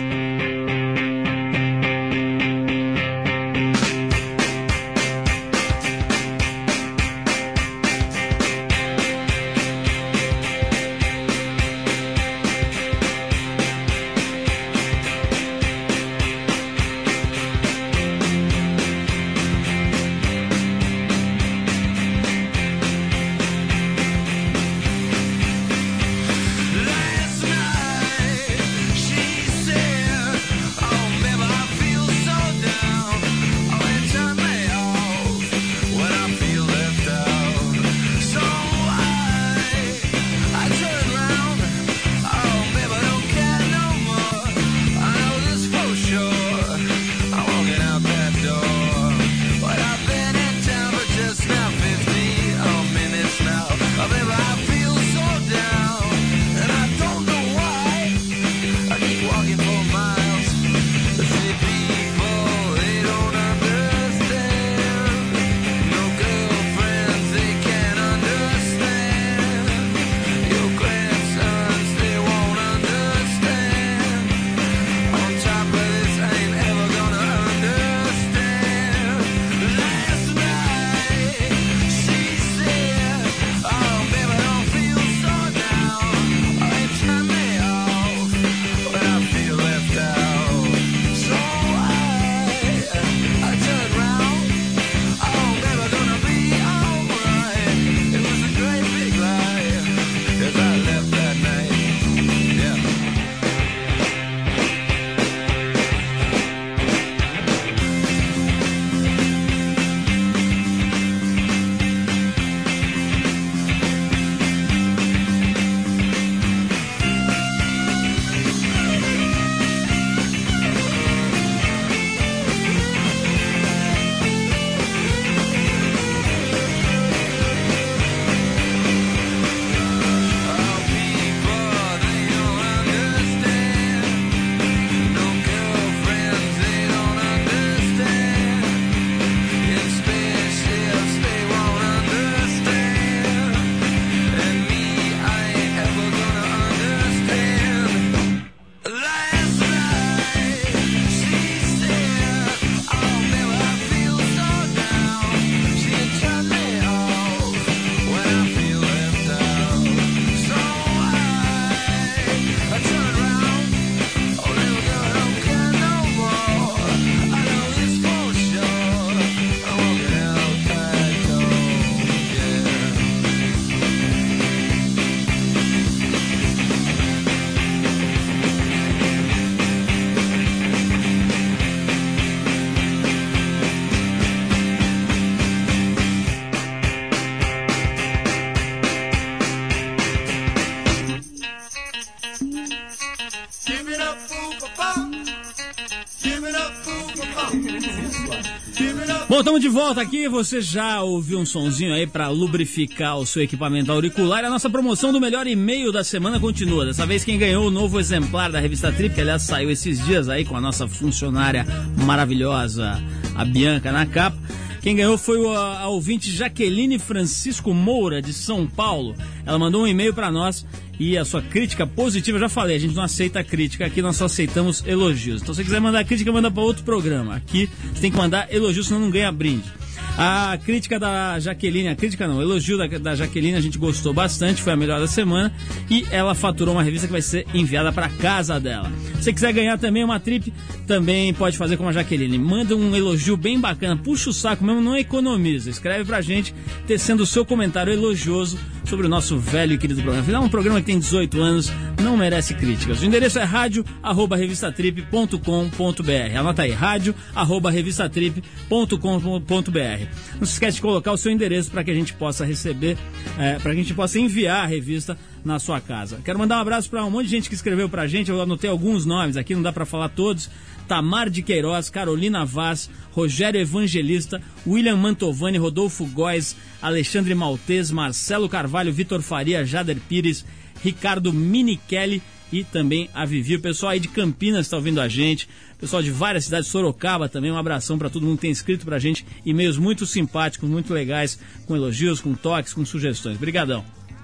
She said, oh, baby, I feel so down. Oh, it turned me off when I feel left out. So I turn around. Oh, baby, I don't care no more. I know this for sure. I'm walking out that door. But I've been in town for just now 50 minutes now. Oh, baby, I feel so down. And I don't know why. I keep walking for miles. The city people, they don't understand. No girlfriends, they can't understand. Your grandsons, they won't understand. On top of this, I ain't ever gonna understand. Last night, she said, oh, baby, I don't feel so down. Oh, it turned me off when I feel left out. So I turned round. Oh, baby, gonna be alright. It was a great big lie, 'cause I left that night. Yeah. Give it up, fool, for Give it up, fool, for Give it up. Bom, estamos de volta aqui. Você já ouviu um sonzinho aí para lubrificar o seu equipamento auricular. A nossa promoção do melhor e-mail da semana continua. Dessa vez quem ganhou o novo exemplar da revista Trip, que aliás saiu esses dias aí com a nossa funcionária maravilhosa, a Bianca, na capa. Quem ganhou foi a ouvinte Jaqueline Francisco Moura, de São Paulo. Ela mandou um e-mail para nós e a sua crítica positiva, eu já falei, a gente não aceita crítica aqui, nós só aceitamos elogios. Então se você quiser mandar crítica, manda para outro programa. Aqui você tem que mandar elogios, senão não ganha brinde. A crítica da Jaqueline, o elogio da Jaqueline a gente gostou bastante, foi a melhor da semana e ela faturou uma revista que vai ser enviada para casa dela. Se você quiser ganhar também uma trip, também pode fazer como a Jaqueline. Manda um elogio bem bacana, puxa o saco mesmo, não economiza. Escreve pra gente, tecendo o seu comentário elogioso sobre o nosso velho e querido programa. Afinal, um programa que tem 18 anos não merece críticas. O endereço é radio@revistatrip.com.br. Anota aí, radio@revistatrip.com.br. Não se esquece de colocar o seu endereço para que a gente possa receber, para que a gente possa enviar a revista na sua casa. Quero mandar um abraço para um monte de gente que escreveu pra gente, eu anotei alguns nomes aqui, não dá para falar todos. Tamar de Queiroz, Carolina Vaz, Rogério Evangelista, William Mantovani, Rodolfo Góes, Alexandre Maltez, Marcelo Carvalho, Vitor Faria, Jader Pires, Ricardo Minichelli e também a Vivi. O pessoal aí de Campinas está ouvindo a gente, o pessoal de várias cidades, Sorocaba também, um abração para todo mundo que tem escrito pra gente, e-mails muito simpáticos, muito legais, com elogios, com toques, com sugestões. Obrigadão.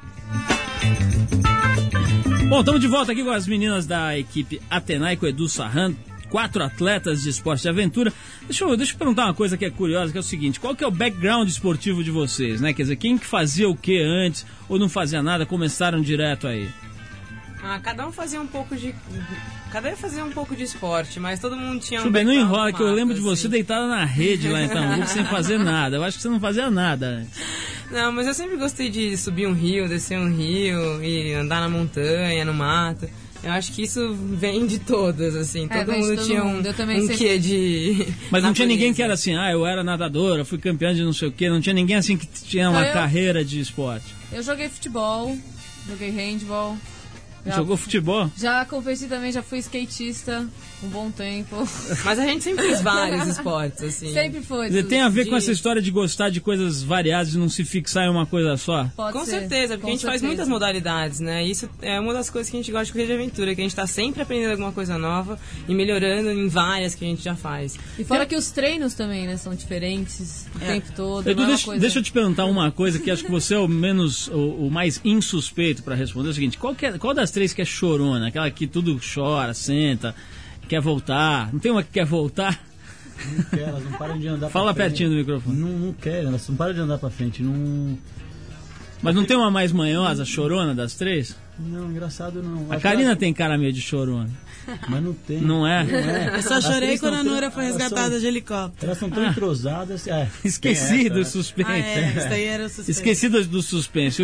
Bom, estamos de volta aqui com as meninas da equipe Atena e com o Edu Sarran, 4 atletas de esporte de aventura. Deixa eu perguntar uma coisa que é curiosa, que é o seguinte: qual que é o background esportivo de vocês, né? Quer dizer, quem que fazia o que antes ou não fazia nada, começaram direto aí? Cada um fazia um pouco de esporte, mas todo mundo tinha Chuba, não enrola, que eu lembro de você deitada na rede lá em Tambu, sem fazer nada. Eu acho que você não fazia nada antes. Não, mas eu sempre gostei de subir um rio, descer um rio e andar na montanha, no mato. Eu acho que isso vem de todas, assim. Todo mundo tinha um quê de... Mas não tinha ninguém que era assim, eu era nadadora, fui campeã de não sei o quê. Não tinha ninguém assim que tinha uma carreira de esporte. Eu joguei futebol, joguei handball. Jogou futebol? Já competi também, já fui skatista um bom tempo. Mas a gente sempre fez vários esportes, assim. Sempre foi. Tem a ver com essa história de gostar de coisas variadas, de não se fixar em uma coisa só? Com certeza, porque a gente faz muitas modalidades, né? Isso é uma das coisas que a gente gosta de correr de aventura, que a gente tá sempre aprendendo alguma coisa nova e melhorando em várias que a gente já faz. E fora que os treinos também, né? São diferentes o tempo todo. Edu, deixa eu te perguntar uma coisa que acho que você é o mais insuspeito para responder. É o seguinte: qual das 3 que é chorona? Aquela que tudo chora, senta, quer voltar. Não tem uma que quer voltar? Não quer, elas não param de andar Fala pra frente. pertinho do microfone. Não querem, elas não param de andar pra frente. Não... Mas não tem uma mais manhosa, chorona das 3? Não, engraçado não. A Karina tem cara meio de chorona. Mas não tem. Não é? Eu só chorei quando a Nora foi resgatada de helicóptero. Elas são tão entrosadas. Esqueci do suspense. Isso daí era o suspense. Esqueci do suspense.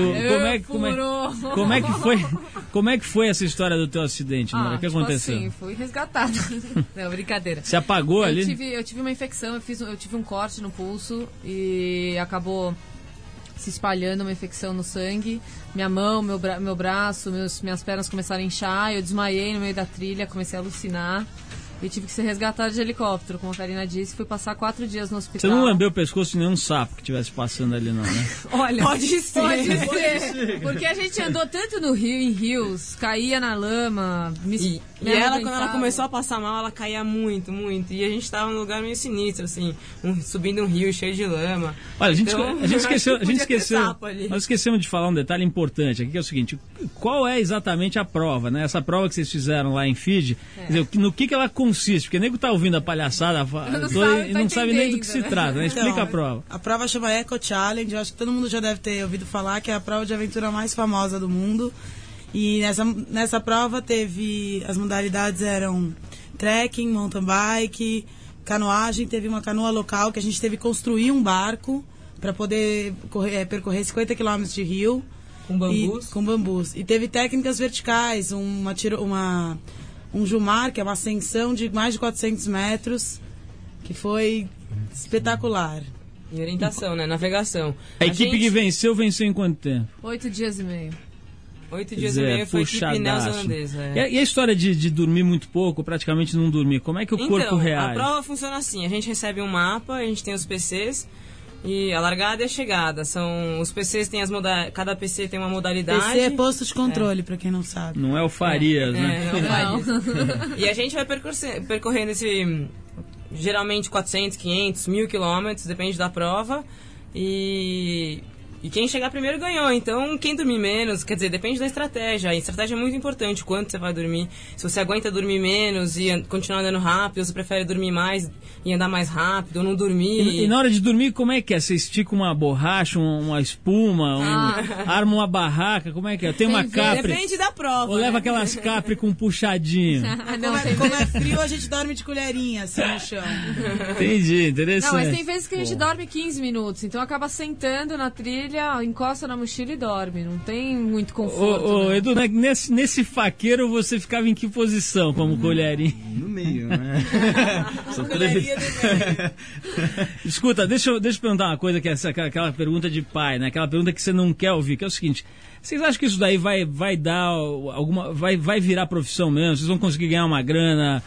Como é que foi essa história do teu acidente, Nora? O que aconteceu? Assim, fui resgatada. Não, brincadeira. Se apagou ali? Eu tive uma infecção, eu tive um corte no pulso e acabou se espalhando uma infecção no sangue. Minha mão, meu braço, minhas pernas começaram a inchar. Eu desmaiei no meio da trilha, comecei a alucinar. E tive que ser resgatado de helicóptero, como a Karina disse. Fui passar 4 dias no hospital. Você não lambeu o pescoço de nenhum sapo que estivesse passando ali, não, né? Olha, pode ser. Porque a gente andou tanto no rio, em rios, caía na lama. E ela, quando ela começou a passar mal, ela caía muito, muito. E a gente tava num lugar meio sinistro, assim, subindo um rio cheio de lama. Olha, a gente esqueceu. Nós esquecemos de falar um detalhe importante aqui, que é o seguinte: qual é exatamente a prova, né? Essa prova que vocês fizeram lá em Fiji, quer dizer, no que ela consiste? Porque o nego tá ouvindo a palhaçada e não sabe nem do que se trata, né? Explica então, a prova. A prova chama Eco Challenge, eu acho que todo mundo já deve ter ouvido falar, que é a prova de aventura mais famosa do mundo. E nessa prova as modalidades eram trekking, mountain bike, canoagem. Teve uma canoa local que a gente teve que construir um barco para poder percorrer 50 km de rio. Com bambus. E teve técnicas verticais, um jumar, que é uma ascensão de mais de 400 metros, que foi espetacular. E orientação, né? Navegação. A equipe que venceu em quanto tempo? 8 dias e meio. 8 dias e meio foi a equipe neozelandesa. E a história de dormir muito pouco, praticamente não dormir, como é que o corpo reage? A prova funciona assim: a gente recebe um mapa, a gente tem os PCs, e a largada e a chegada. Os PCs têm cada PC tem uma modalidade. PC é posto de controle, pra quem não sabe. Não é o Farias, né? Não é o Farias. E a gente vai percorrendo geralmente 400, 500, 1.000 quilômetros, depende da prova. E quem chegar primeiro ganhou. Então, quem dormir menos, quer dizer, depende da estratégia. A estratégia é muito importante, quanto você vai dormir. Se você aguenta dormir menos e continuar andando rápido, ou você prefere dormir mais e andar mais rápido, ou não dormir. E na hora de dormir, como é que é? Você estica uma borracha, uma espuma, arma uma barraca, como é que é? Tem uma capri. Depende da prova. Ou leva aquelas capri com puxadinho. Como é frio, a gente dorme de colherinha, assim, no chão. Entendi, interessante. Não, mas tem vezes que a gente dorme 15 minutos, então acaba sentando na trilha mochila, encosta na mochila e dorme. Não tem muito conforto. Ô, Edu, nesse faqueiro você ficava em que posição como colherinha? No meio, né? Escuta, deixa eu perguntar uma coisa, que é aquela pergunta de pai, né? Aquela pergunta que você não quer ouvir, que é o seguinte: vocês acham que isso daí vai dar alguma. Vai virar profissão mesmo? Vocês vão conseguir ganhar uma grana,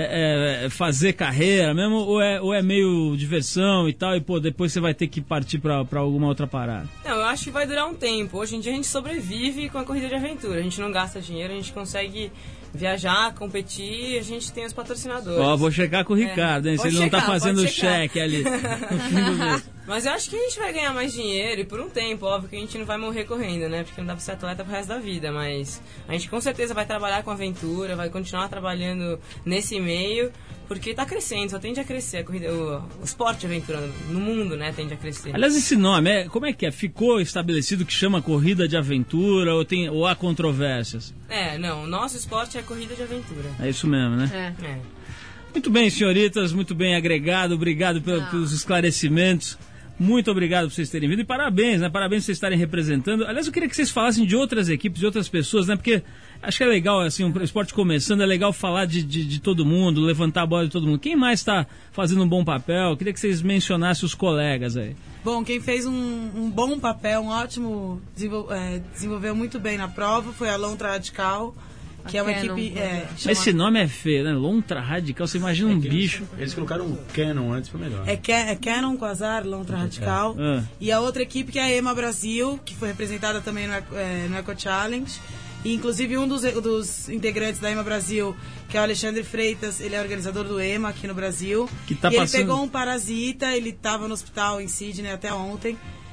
fazer carreira mesmo? Ou é meio diversão e tal, e pô, depois você vai ter que partir pra alguma outra parada? Não, eu acho que vai durar um tempo. Hoje em dia a gente sobrevive com a corrida de aventura. A gente não gasta dinheiro, a gente consegue viajar, competir, a gente tem os patrocinadores. Ó, vou checar com o Ricardo, hein? Se ele não tá fazendo cheque ali no fim do mês. Mas eu acho que a gente vai ganhar mais dinheiro e por um tempo, óbvio que a gente não vai morrer correndo, né? Porque não dá pra ser atleta pro resto da vida, mas a gente com certeza vai trabalhar com aventura, vai continuar trabalhando nesse meio, porque tá crescendo, só tende a crescer a corrida, o esporte de aventura no mundo, né? Tende a crescer. Aliás, esse nome, como é que é? Ficou estabelecido que chama corrida de aventura ou há controvérsias? Não, o nosso esporte é corrida de aventura. É isso mesmo, né? É. Muito bem, senhoritas, muito bem agregado, obrigado pelos esclarecimentos. Muito obrigado por vocês terem vindo e parabéns, né? Parabéns por vocês estarem representando. Aliás, eu queria que vocês falassem de outras equipes, de outras pessoas, né? Porque acho que é legal, assim, um esporte começando, é legal falar de todo mundo, levantar a bola de todo mundo. Quem mais está fazendo um bom papel? Eu queria que vocês mencionassem os colegas aí. Bom, quem fez um bom papel, um ótimo, desenvolveu muito bem na prova foi a Lontra Radical, que é uma equipe... Esse nome é feio, né? Lontra Radical, você imagina um bicho. Eles colocaram um Canon antes, foi melhor. É Canon com azar, Lontra Radical. E a outra equipe que é a EMA Brasil, que foi representada também no Eco Challenge. E inclusive um dos integrantes da EMA Brasil, que é o Alexandre Freitas, ele é organizador do EMA aqui no Brasil. Ele pegou um parasita, ele estava no hospital em Sydney até ontem.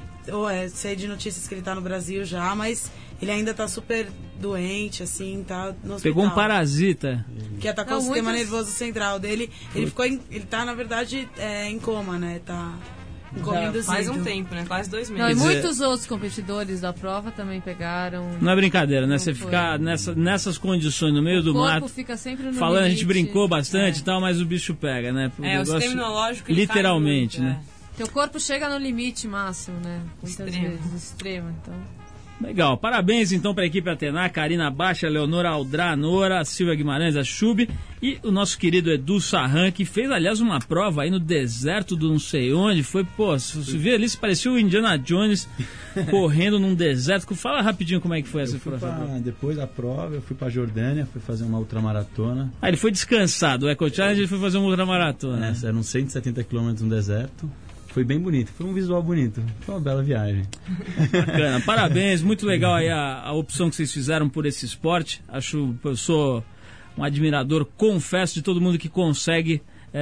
Sei de notícias que ele está no Brasil já, mas ele ainda está super doente, tá no hospital. Pegou um parasita. Que atacou o sistema nervoso central dele. Ele tá, na verdade, em coma, né? Tá em coma induzido. Faz um tempo, né? Quase 2 meses. Não, e muitos outros competidores da prova também pegaram. Não é brincadeira, né? Você ficar nessas condições, no meio do mato. O corpo fica sempre no falando, limite. A gente brincou bastante e tal, mas o bicho pega, né? O sistema imunológico, ele literalmente, cai muito, né? Teu corpo chega no limite máximo, né? Muitas vezes, extremo, então... Legal, parabéns então para a equipe Atena, Karina Baixa, Leonora Aldra, Nora, Silvia Guimarães, a Chub e o nosso querido Edu Sarran, que fez, aliás, uma prova aí no deserto do não sei onde. Foi, pô, você vê ali, se parecia o Indiana Jones correndo num deserto. Fala rapidinho como é que foi essa prova. Depois da prova, eu fui para Jordânia, fui fazer uma ultramaratona. Ele foi descansado, o Eco Challenge, ele foi fazer uma ultramaratona. Eram 170 km no deserto. Foi bem bonito, foi um visual bonito, foi uma bela viagem. Bacana, parabéns, muito legal aí a opção que vocês fizeram por esse esporte. Eu sou um admirador, confesso, de todo mundo que consegue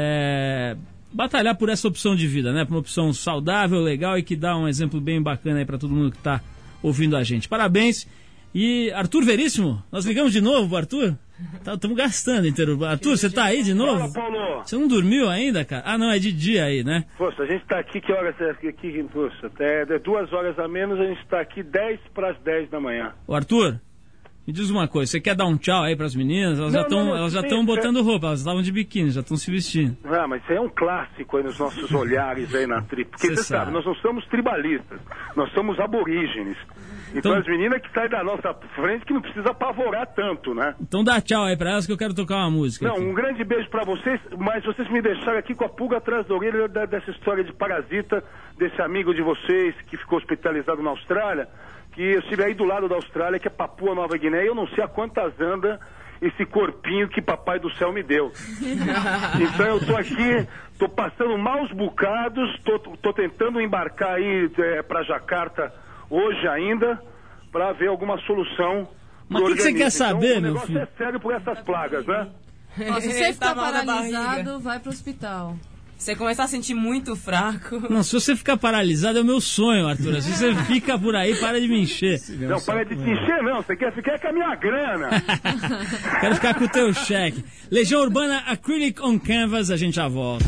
batalhar por essa opção de vida, né? Por uma opção saudável, legal e que dá um exemplo bem bacana aí para todo mundo que está ouvindo a gente. Parabéns. E Arthur Veríssimo, nós ligamos de novo pro Arthur? Estamos gastando inteiro. Arthur, você tá aí de novo? Fala, Paulo. Você não dormiu ainda, cara? Ah, não, é de dia aí, né? Poxa, a gente tá aqui, que horas é aqui? Poxa, até 2 horas a menos, a gente tá aqui 10 para as 10 da manhã. Ô, Arthur, me diz uma coisa, você quer dar um tchau aí pras meninas? Elas já estão botando roupa, elas estavam de biquíni, já estão se vestindo. Ah, mas isso aí é um clássico aí nos nossos olhares aí na tribo. Porque você sabe, nós não somos tribalistas, nós somos aborígenes. Então as meninas que saem da nossa frente que não precisa apavorar tanto, né? Então dá tchau aí pra elas que eu quero tocar uma música. Não, aqui. Um grande beijo pra vocês, mas vocês me deixaram aqui com a pulga atrás da orelha dessa história de parasita, desse amigo de vocês que ficou hospitalizado na Austrália, que eu estive aí do lado da Austrália, que é Papua Nova Guiné, e eu não sei a quantas anda esse corpinho que papai do céu me deu. Então eu tô aqui, tô passando maus bocados, tô tentando embarcar aí pra Jacarta hoje ainda, para ver alguma solução. Mas o que você quer saber, então, meu filho? O negócio é sério por essas plagas, né? Se você ficar paralisado, vai pro hospital. Você começar a sentir muito fraco. Não, se você ficar paralisado é o meu sonho, Arthur. Se você fica por aí, para de me encher. Não, para de te encher não, você quer ficar com a minha grana. Quero ficar com o teu cheque. Legião Urbana Acrylic on Canvas, a gente já volta.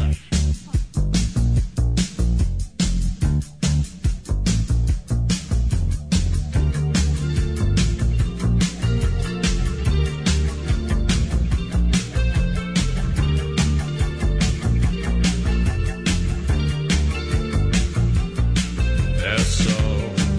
That's all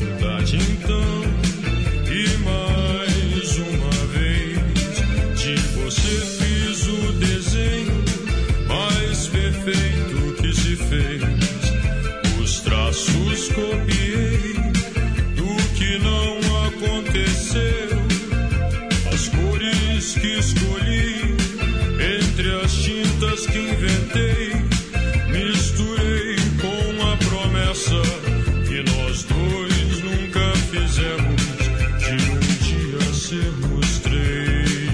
perfeito que se fez, os traços copiei do que não aconteceu, as cores que escolhi entre as tintas que inventei, misturei com a promessa que nós dois nunca fizemos de um dia sermos três.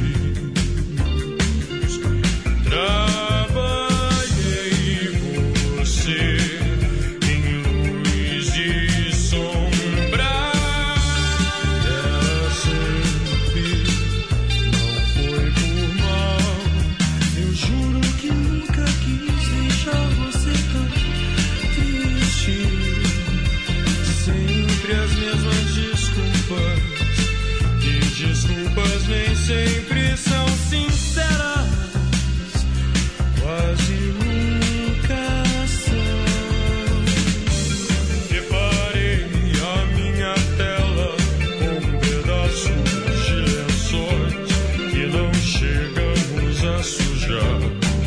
Desculpas nem sempre são sinceras, quase nunca são. Reparei a minha tela com pedaços de lençóis que não chegamos a sujar.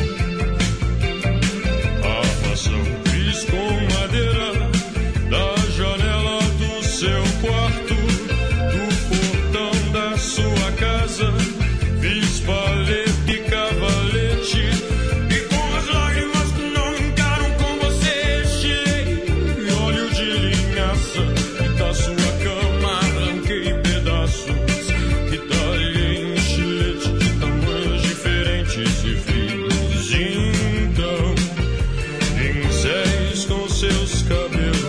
A armação fiz com madeira da janela do seu quarto, sua casa, fiz paleta e cavalete, e com as lágrimas que não encaram com você, tirei óleo de linhaça, e da sua cama arranquei pedaços, e talhei em estilete de tamanhos diferentes, e fiz então pincéis com seus cabelos.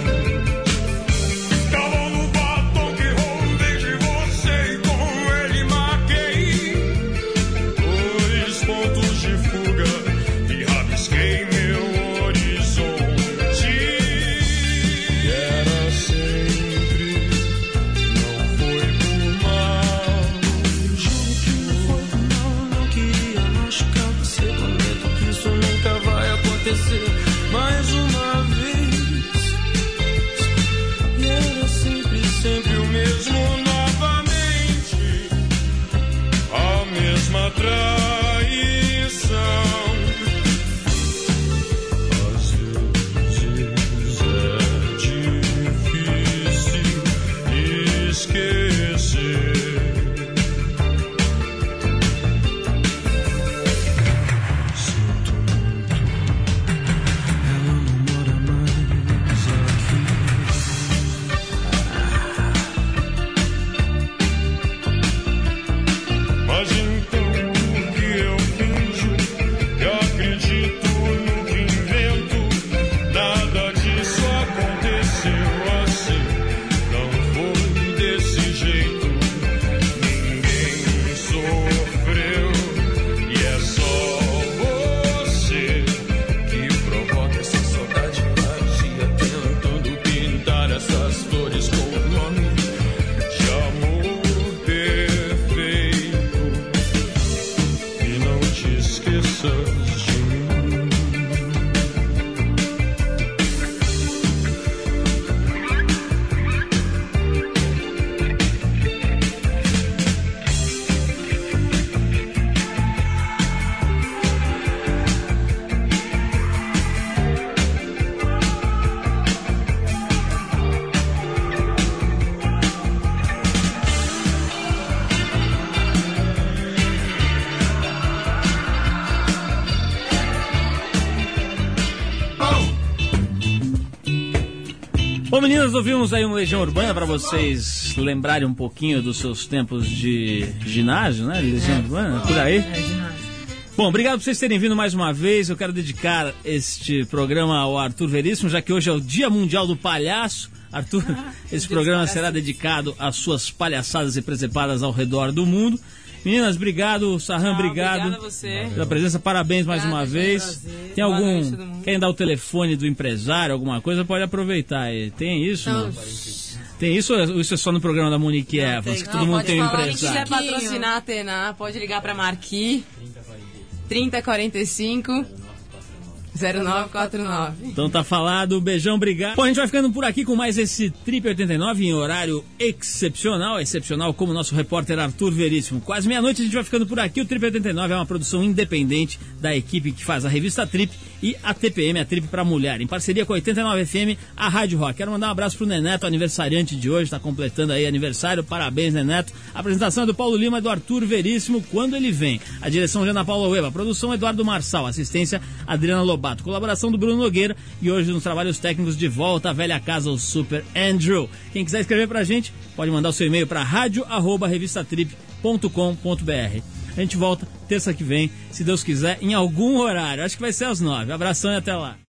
Mais uma vez, e era sempre o mesmo novamente, a mesma traição. Às vezes é difícil esquecer. Bom, meninas, ouvimos aí um Legião Urbana para vocês lembrarem um pouquinho dos seus tempos de ginásio, né? Legião Urbana, por aí. Bom, obrigado por vocês terem vindo mais uma vez. Eu quero dedicar este programa ao Arthur Veríssimo, já que hoje é o Dia Mundial do Palhaço. Arthur, esse programa será dedicado às suas palhaçadas e presepadas ao redor do mundo. Meninas, obrigado. Sarran, obrigado. Obrigada a você. Pela presença, parabéns mais uma vez. Tem algum... Querem dar o telefone do empresário, alguma coisa, pode aproveitar aí. Tem isso, não? Tem isso ou isso é só no programa da Monique Evans, que todo mundo tem um empresário? Se quiser patrocinar a Atena, pode ligar para Marquis 3045 0949. Então tá falado, beijão, obrigado. Bom, a gente vai ficando por aqui com mais esse Trip 89 em horário excepcional como o nosso repórter Arthur Veríssimo. Quase meia-noite a gente vai ficando por aqui. O Trip 89 é uma produção independente da equipe que faz a revista Trip e a TPM, a Trip pra Mulher, em parceria com a 89 FM, a Rádio Rock. Quero mandar um abraço pro Neneto, aniversariante de hoje, está completando aí aniversário, parabéns, Neneto. A apresentação é do Paulo Lima e do Arthur Veríssimo, Quando Ele Vem. A direção é Ana Paula Ueba, a produção Eduardo Marçal, assistência Adriana Lobato, colaboração do Bruno Nogueira e hoje nos trabalhos técnicos de volta à velha casa, o Super Andrew. Quem quiser escrever pra gente, pode mandar o seu e-mail para radio@revistatrip.com.br. A gente volta terça que vem, se Deus quiser, em algum horário. Acho que vai ser às 9. Abração e até lá.